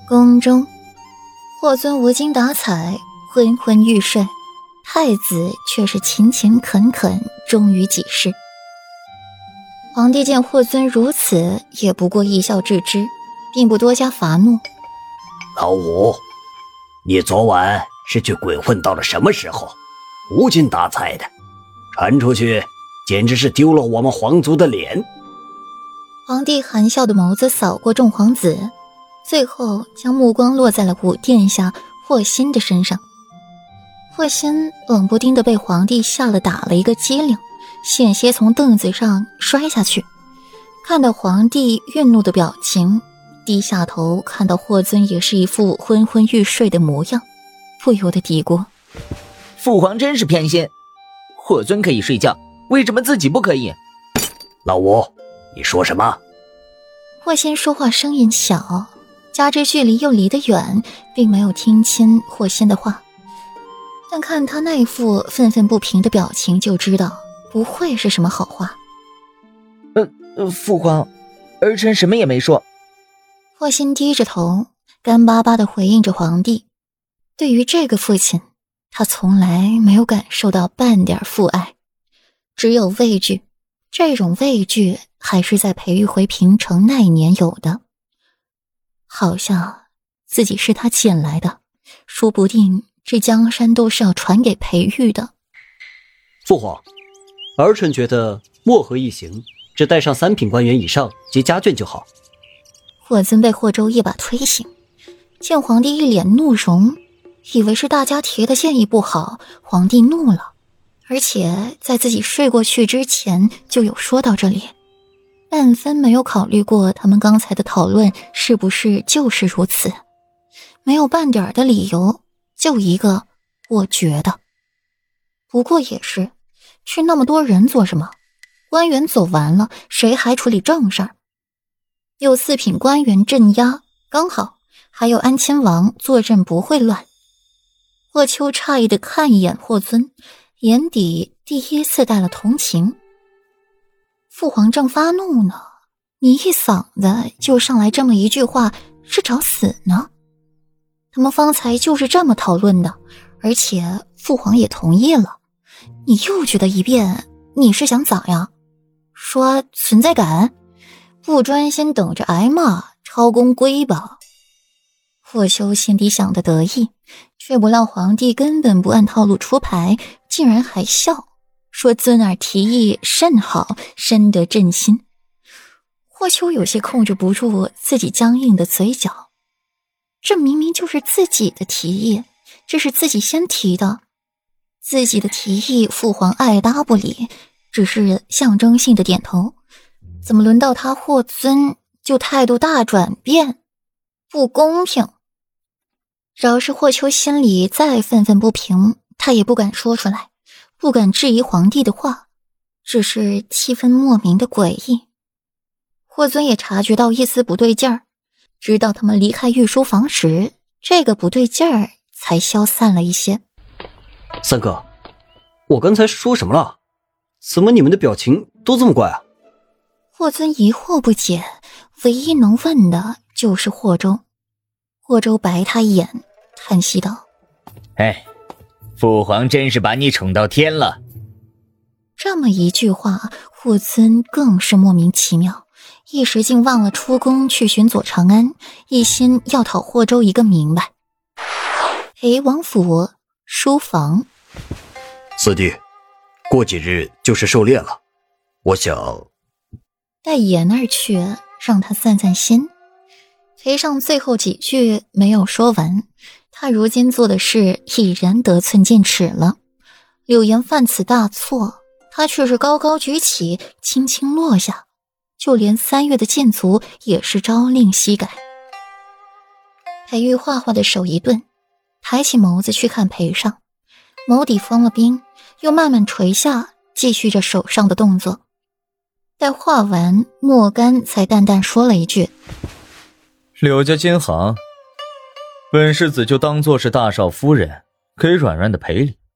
宫中，霍尊无精打采，昏昏欲睡，太子却是勤勤恳恳，忠于己事。皇帝见霍尊如此，也不过一笑置之，并不多加罚怒。 老五，你昨晚是去鬼混到了什么时候？无精打采的，传出去简直是丢了我们皇族的脸。 皇帝含笑的眸子扫过众皇子，最后将目光落在了五殿下霍心的身上。霍心冷不丁地被皇帝吓了，打了一个激灵，险些从凳子上摔下去。看到皇帝愠怒的表情，低下头看到霍尊也是一副昏昏欲睡的模样，不由得嘀咕： 父皇真是偏心，霍尊可以睡觉，为什么自己不可以？ 老五，你说什么？ 霍心说话声音小，加之距离又离得远，并没有听清霍心的话，但看他那副愤愤不平的表情就知道不会是什么好话。 父皇，儿臣什么也没说。 霍心低着头，干巴巴地回应着皇帝。对于这个父亲，他从来没有感受到半点父爱，只有畏惧。这种畏惧还是在裴玉回平城那一年有的，好像自己是他捡来的，说不定这江山都是要传给裴玉的。 父皇，儿臣觉得漠河一行只带上3品官员以上及家眷就好。 霍尊被霍州一把推醒，见皇帝一脸怒容，以为是大家提的建议不好，皇帝怒了，而且在自己睡过去之前就有说到这里，半分没有考虑过他们刚才的讨论是不是就是如此，没有半点的理由，就一个我觉得。不过也是，去那么多人做什么？官员走完了，谁还处理正事儿？有4品官员镇压，刚好还有安亲王坐镇，不会乱。霍秋诧异地看一眼霍尊，眼底第一次带了同情。父皇正发怒呢，你一嗓子就上来这么一句话，是找死呢？他们方才就是这么讨论的，而且父皇也同意了。你又觉得一遍，你是想咋呀？说存在感？不专心等着挨骂，抄功归吧。霍修心底想的得意，却不料皇帝根本不按套路出牌，竟然还笑，说尊儿提议甚好，深得朕心。霍修有些控制不住自己僵硬的嘴角，这明明就是自己的提议，这是自己先提的，自己的提议父皇爱答不理，只是象征性的点头，怎么轮到他霍尊就态度大转变？不公平！饶是霍秋心里再愤愤不平，他也不敢说出来，不敢质疑皇帝的话，只是气氛莫名的诡异。霍尊也察觉到一丝不对劲儿，直到他们离开御书房时，这个不对劲儿才消散了一些。 三哥，我刚才说什么了？怎么你们的表情都这么怪啊？ 霍尊疑惑不解，唯一能问的就是霍州。霍州白他一眼，叹息道： 父皇真是把你宠到天了。 这么一句话，霍尊更是莫名其妙，一时竟忘了出宫去寻左长安，一心要讨霍州一个明白。王府书房， 四弟，过几日就是狩猎了，我想带爷那儿去，让他散散心。裴尚最后几句没有说完，他如今做的事已然得寸进尺了。柳岩犯此大错，他却是高高举起，轻轻落下，就连3月的禁足也是朝令夕改。裴玉画画的手一顿，抬起眸子去看裴尚，眸底封了冰，又慢慢垂下，继续着手上的动作。待画完，莫干才淡淡说了一句： 柳家金行，本世子就当作是大少夫人，给软软的赔礼。